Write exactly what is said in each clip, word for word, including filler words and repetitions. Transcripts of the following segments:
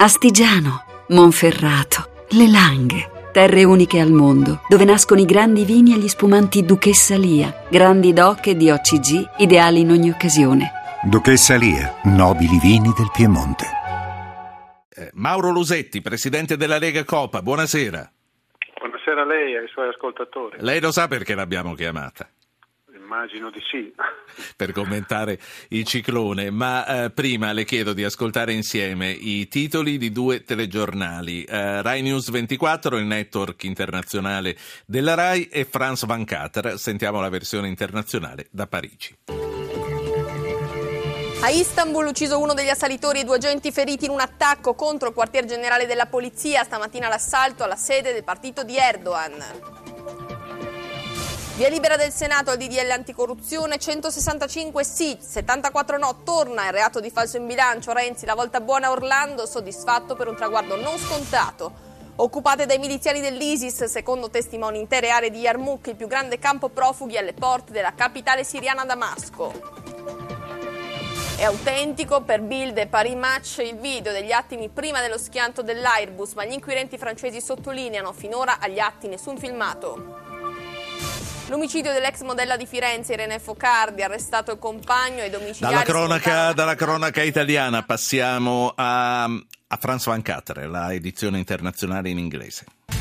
Astigiano, Monferrato, Le Langhe. Terre uniche al mondo, dove nascono i grandi vini e gli spumanti Duchessa Lia, grandi doc e di O C G, ideali in ogni occasione. Duchessa Lia, nobili vini del Piemonte. Eh, Mauro Lusetti, presidente della Lega Copa, buonasera. Buonasera a lei e ai suoi ascoltatori. Lei lo sa perché l'abbiamo chiamata? Immagino di sì. Per commentare il ciclone, ma eh, prima le chiedo di ascoltare insieme i titoli di due telegiornali, eh, Rai News ventiquattro, il network internazionale della Rai, e France ventiquattro. Sentiamo la versione internazionale da Parigi. A Istanbul ucciso uno degli assalitori e due agenti feriti in un attacco contro il quartier generale della polizia. Stamattina l'assalto alla sede del partito di Erdogan. Via libera del Senato al D D L anticorruzione, centosessantacinque sì, settantaquattro no, torna il reato di falso in bilancio. Renzi, la volta buona a Orlando, soddisfatto per un traguardo non scontato. Occupate dai miliziani dell'ISIS, secondo testimoni intere aree di Yarmouk, il più grande campo profughi alle porte della capitale siriana Damasco. È autentico per Bild e Paris Match il video degli attimi prima dello schianto dell'Airbus, ma gli inquirenti francesi sottolineano finora agli atti nessun filmato. L'omicidio dell'ex modella di Firenze, Irene Focardi, arrestato il compagno e domiciliari. Dalla cronaca, dalla cronaca italiana passiamo a, a France ventiquattro, la edizione internazionale in inglese.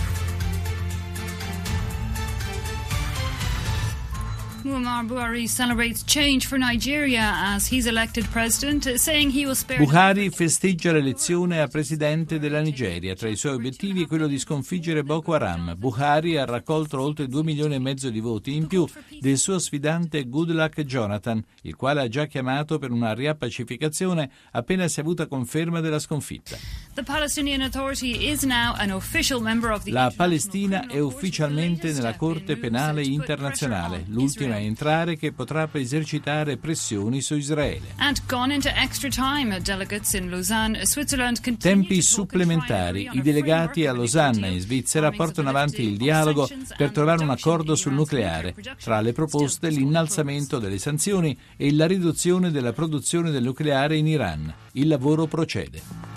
Muammar Buhari celebrates change for Nigeria as he's elected president, saying he will spare. Buhari festeggia l'elezione a presidente della Nigeria. Tra i suoi obiettivi è quello di sconfiggere Boko Haram. Buhari ha raccolto oltre due milioni e mezzo di voti in più del suo sfidante Goodluck Jonathan, il quale ha già chiamato per una riappacificazione appena si è avuta conferma della sconfitta. The Palestinian Authority is now an official member of the La Palestina è ufficialmente nella Corte Penale Internazionale, l'ultima a entrare, che potrà esercitare pressioni su Israele. And gone into extra time, delegates in Lausanne, Switzerland continue Tempi supplementari. I delegati a Losanna, in Svizzera, portano avanti il dialogo per trovare un accordo sul nucleare. Tra le proposte, l'innalzamento delle sanzioni e la riduzione della produzione del nucleare in Iran. Il lavoro procede.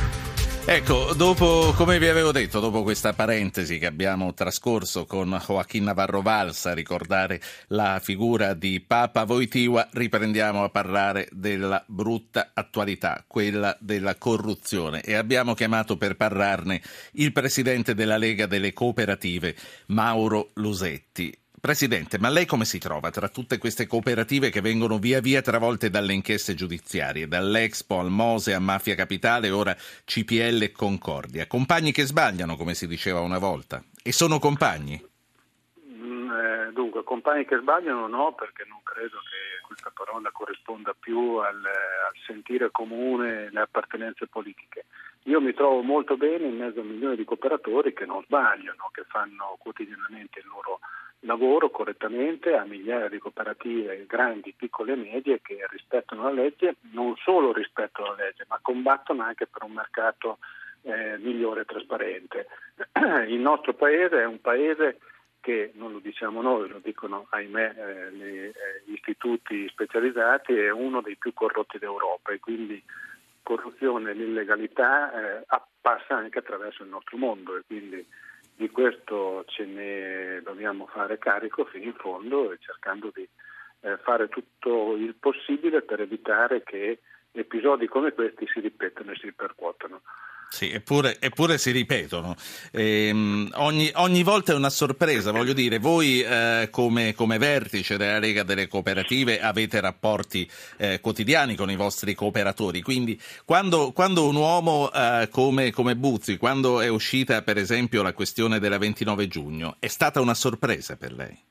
Ecco, dopo, come vi avevo detto, dopo questa parentesi che abbiamo trascorso con Joaquín Navarro Valls a ricordare la figura di Papa Wojtyła, riprendiamo a parlare della brutta attualità, quella della corruzione, e abbiamo chiamato per parlarne il presidente della Lega delle Cooperative, Mauro Lusetti. Presidente, ma lei come si trova tra tutte queste cooperative che vengono via via travolte dalle inchieste giudiziarie, dall'Expo al Mose a Mafia Capitale, ora C P L e Concordia? Compagni che sbagliano, come si diceva una volta, e sono compagni? Mm, eh, dunque, compagni che sbagliano no, perché non credo che questa parola corrisponda più al, al sentire comune, le appartenenze politiche. Io mi trovo molto bene in mezzo a milioni di cooperatori che non sbagliano, che fanno quotidianamente il loro lavoro correttamente, a migliaia di cooperative grandi, piccole e medie che rispettano la legge, non solo rispettano la legge, ma combattono anche per un mercato eh, migliore e trasparente. Il nostro paese è un paese che, non lo diciamo noi, lo dicono ahimè eh, gli, eh, gli istituti specializzati, è uno dei più corrotti d'Europa, e quindi corruzione e l'illegalità eh, passa anche attraverso il nostro mondo, e quindi di questo ce ne dobbiamo fare carico fino in fondo, e cercando di eh, fare tutto il possibile per evitare che episodi come questi si ripetano e si ripercuotano. Sì, eppure, eppure si ripetono. Ehm, ogni, ogni volta è una sorpresa, voglio dire, voi eh, come, come vertice della Lega delle Cooperative avete rapporti eh, quotidiani con i vostri cooperatori, quindi quando, quando un uomo eh, come, come Buzzi, quando è uscita per esempio la questione della ventinove giugno, è stata una sorpresa per lei?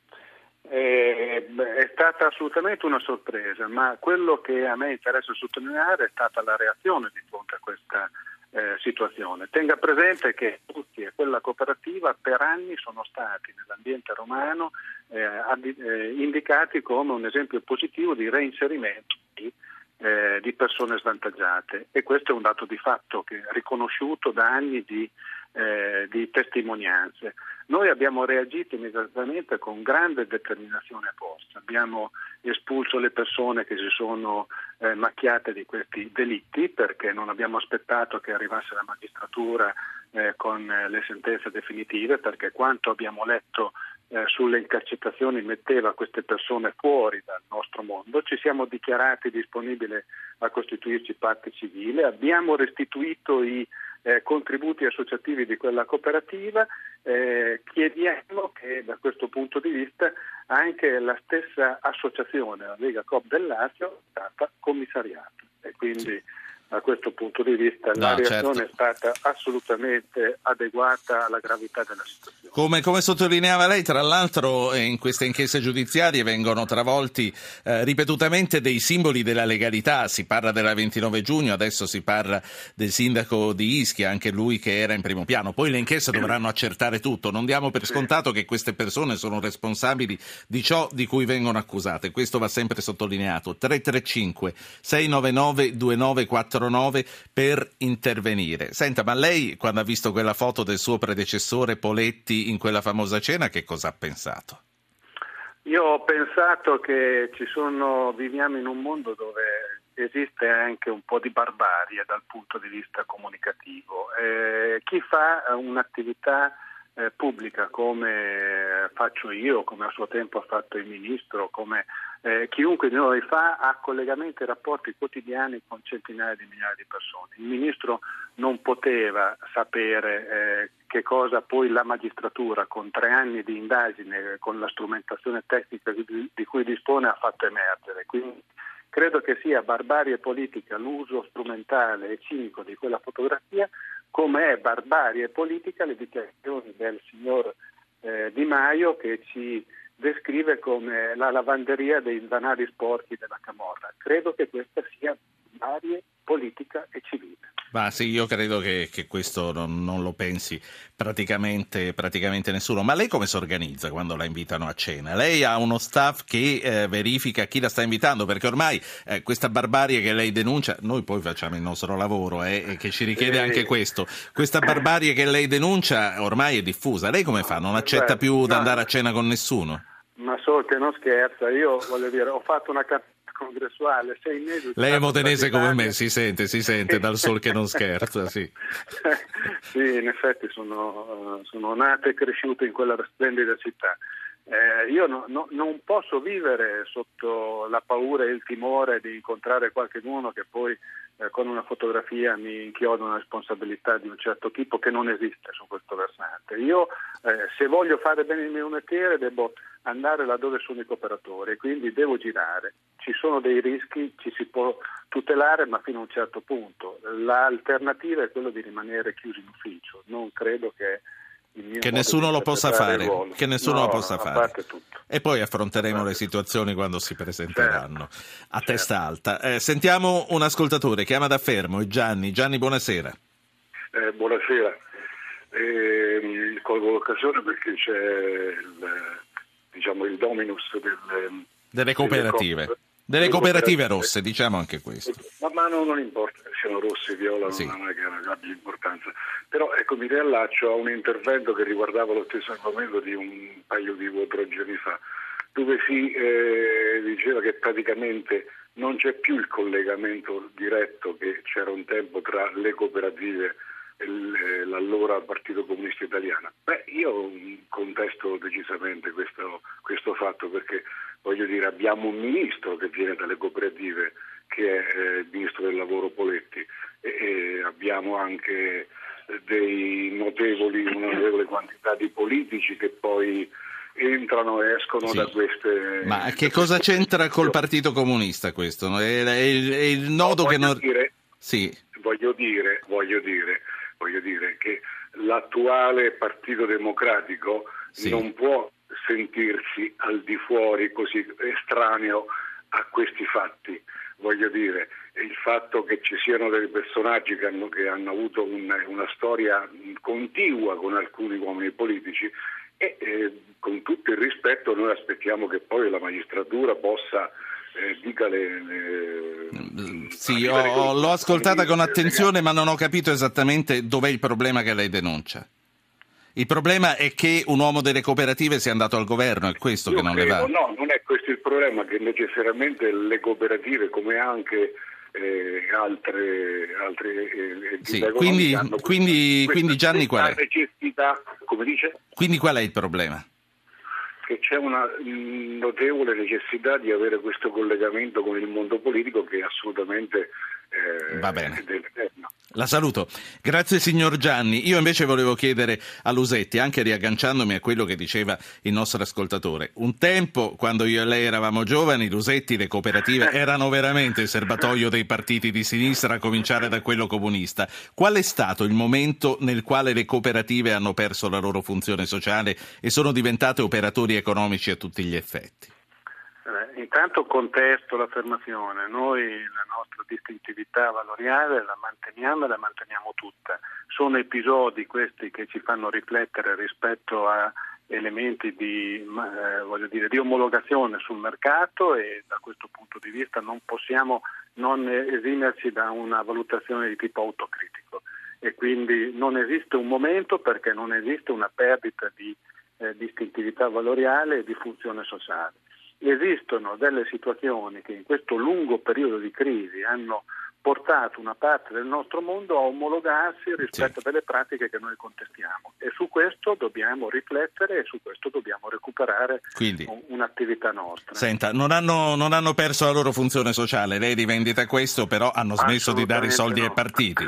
Eh, è stata assolutamente una sorpresa, ma quello che a me interessa sottolineare è stata la reazione di fronte a questa Eh, situazione. Tenga presente che tutti e quella cooperativa per anni sono stati nell'ambiente romano eh, addi- eh, indicati come un esempio positivo di reinserimento di, eh, di persone svantaggiate, e questo è un dato di fatto che è riconosciuto da anni di, eh, di testimonianze. Noi abbiamo reagito immediatamente con grande determinazione opposta, abbiamo espulso le persone che si sono eh, macchiate di questi delitti, perché non abbiamo aspettato che arrivasse la magistratura eh, con eh, le sentenze definitive, perché quanto abbiamo letto Eh, sulle intercettazioni metteva queste persone fuori dal nostro mondo. Ci siamo dichiarati disponibili a costituirci parte civile, abbiamo restituito i eh, contributi associativi di quella cooperativa, eh, chiediamo che da questo punto di vista anche la stessa associazione, la Lega Coop del Lazio, è stata commissariata e quindi a questo punto di vista la no, reazione certo. è stata assolutamente adeguata alla gravità della situazione. Come, come sottolineava lei, tra l'altro in queste inchieste giudiziarie vengono travolti eh, ripetutamente dei simboli della legalità. Si parla della ventinove giugno, adesso si parla del sindaco di Ischia, anche lui che era in primo piano. Poi le inchieste dovranno accertare tutto. Non diamo per scontato che queste persone sono responsabili di ciò di cui vengono accusate. Questo va sempre sottolineato. tre tre cinque sei nove nove due nove quattro nove per intervenire. Senta, ma lei quando ha visto quella foto del suo predecessore Poletti in quella famosa cena, che cosa ha pensato? Io ho pensato che ci sono, viviamo in un mondo dove esiste anche un po' di barbarie dal punto di vista comunicativo. Eh, chi fa un'attività eh, pubblica come faccio io, come a suo tempo ha fatto il ministro, come Eh, chiunque di noi fa, ha collegamenti e rapporti quotidiani con centinaia di migliaia di persone. Il ministro non poteva sapere eh, che cosa poi la magistratura, con tre anni di indagine, con la strumentazione tecnica di, di cui dispone, ha fatto emergere. Quindi credo che sia barbarie politica l'uso strumentale e cinico di quella fotografia, come è barbarie politica le dichiarazioni del signor eh, Di Maio, che ci descrive come la lavanderia dei danari sporchi della camorra. Credo che questa sia barbarie politica e civile. Ma sì, io credo che, che questo non, non lo pensi praticamente, praticamente nessuno. Ma lei come si organizza quando la invitano a cena? Lei ha uno staff che eh, verifica chi la sta invitando, perché ormai eh, questa barbarie che lei denuncia, noi poi facciamo il nostro lavoro eh, e che ci richiede sì. anche questo, questa barbarie che lei denuncia ormai è diffusa. Lei come fa? Non accetta Beh, più di no, andare a cena con nessuno? Ma so che non scherza, io voglio dire, ho fatto una campagna congressuale sei mesi. Lei è modenese come me, si sente, si sente dal sol che non scherza, sì. Sì, in effetti sono, sono nato e cresciuto in quella splendida città. Eh, io no, no, non posso vivere sotto la paura e il timore di incontrare qualcuno che poi eh, con una fotografia mi inchioda una responsabilità di un certo tipo che non esiste su questo versante. Io eh, se voglio fare bene il mio mestiere devo andare laddove sono i cooperatori e quindi devo girare. Ci sono dei rischi, ci si può tutelare ma fino a un certo punto. L'alternativa è quello di rimanere chiusi in ufficio. Non credo che che nessuno lo possa fare, che nessuno no, lo possa a fare. parte tutto. E poi affronteremo le situazioni quando si presenteranno certo. a certo. testa alta. Eh, sentiamo un ascoltatore, chiama da Fermo, Gianni. Gianni, buonasera. Eh, buonasera. Eh, colgo l'occasione perché c'è il, diciamo, il dominus del, delle cooperative. Delle, delle cooperative rosse, diciamo anche questo. Ma, ma no, non importa che siano rosse, viola, sì. Non è che abbia importanza. Però ecco, mi riallaccio a un intervento che riguardava lo stesso argomento di un paio di o tre giorni fa, dove si eh, diceva che praticamente non c'è più il collegamento diretto che c'era un tempo tra le cooperative e l'allora Partito Comunista Italiano. Beh, io contesto decisamente questo, questo fatto, perché voglio dire, abbiamo un ministro che viene dalle cooperative, che è eh, il ministro del lavoro Poletti, e, e abbiamo anche dei notevoli, una notevole quantità di politici che poi entrano e escono sì. da queste... Ma che cosa c'entra col Partito Comunista questo? È, è, il, è il nodo no, che non... Dire, sì. Voglio dire, voglio dire, voglio dire che l'attuale Partito Democratico sì. non può sentirsi al di fuori, così estraneo a questi fatti. Voglio dire, il fatto che ci siano dei personaggi che hanno, che hanno avuto un, una storia contigua con alcuni uomini politici e eh, con tutto il rispetto noi aspettiamo che poi la magistratura possa eh, dica le, le sì, ho, ho, l'ho ascoltata con attenzione ma non ho capito esattamente dov'è il problema che lei denuncia. Il problema è che un uomo delle cooperative sia andato al governo, è questo Io che non credo, le va. No, non è questo il problema, che necessariamente le cooperative, come anche eh, altre, altre eh, sì, quindi, hanno quindi, questa, quindi Gianni qual è? necessità, come dice? Quindi qual è il problema? Che c'è una notevole necessità di avere questo collegamento con il mondo politico che è assolutamente eh, va bene. dell'eterno. La saluto. Grazie signor Gianni. Io invece volevo chiedere a Lusetti, anche riagganciandomi a quello che diceva il nostro ascoltatore. Un tempo, quando io e lei eravamo giovani, Lusetti, le cooperative erano veramente il serbatoio dei partiti di sinistra, a cominciare da quello comunista. Qual è stato il momento nel quale le cooperative hanno perso la loro funzione sociale e sono diventate operatori economici a tutti gli effetti? Eh, intanto contesto l'affermazione, noi la nostra distintività valoriale la manteniamo e la manteniamo tutta. Sono episodi questi che ci fanno riflettere rispetto a elementi di, eh, voglio dire, di omologazione sul mercato, e da questo punto di vista non possiamo non esimerci da una valutazione di tipo autocritico, e quindi non esiste un momento, perché non esiste una perdita di eh, distintività valoriale e di funzione sociale. Esistono delle situazioni che in questo lungo periodo di crisi hanno portato una parte del nostro mondo a omologarsi rispetto sì. a delle pratiche che noi contestiamo, e su questo dobbiamo riflettere e su questo dobbiamo recuperare Quindi, un'attività nostra. Senta, non hanno, non hanno perso la loro funzione sociale, lei rivendita questo, però hanno smesso di dare i soldi no. ai partiti.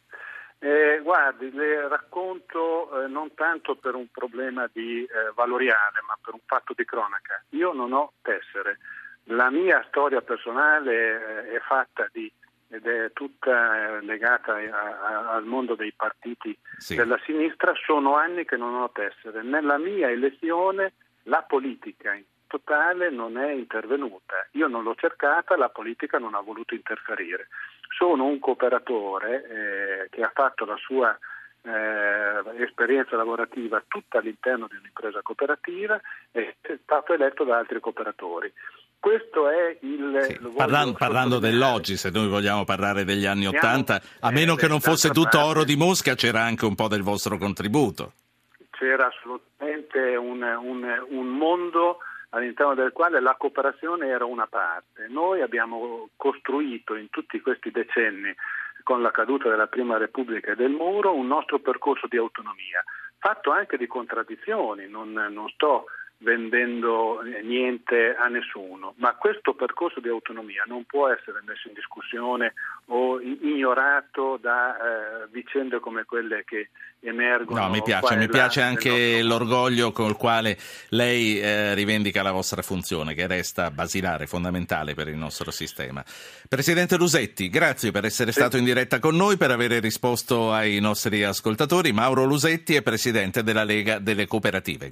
Eh, guardi, le racconto eh, non tanto per un problema di eh, valoriale, ma per un fatto di cronaca. Io non ho tessere. La mia storia personale eh, è fatta di, ed è tutta eh, legata a, a, al mondo dei partiti sì. della sinistra. Sono anni che non ho tessere. Nella mia elezione la politica in totale non è intervenuta. Io non l'ho cercata, la politica non ha voluto interferire. Sono un cooperatore eh, che ha fatto la sua eh, esperienza lavorativa tutta all'interno di un'impresa cooperativa e è stato eletto da altri cooperatori. Questo è il... Sì, parlando parlando dell'oggi, se noi vogliamo parlare degli anni Ottanta, a meno eh, che non fosse tutto parte, oro di Mosca, c'era anche un po' del vostro contributo. C'era assolutamente un, un, un mondo all'interno del quale la cooperazione era una parte. Noi abbiamo costruito in tutti questi decenni, con la caduta della Prima Repubblica e del Muro, un nostro percorso di autonomia, fatto anche di contraddizioni, non, non sto vendendo niente a nessuno, ma questo percorso di autonomia non può essere messo in discussione o ignorato da eh, vicende come quelle che emergono. No, mi piace, mi piace anche l'orgoglio col quale lei eh, rivendica la vostra funzione, che resta basilare, fondamentale per il nostro sistema. Presidente Lusetti, grazie per essere sì. stato in diretta con noi, per aver risposto ai nostri ascoltatori. Mauro Lusetti è presidente della Lega delle Cooperative.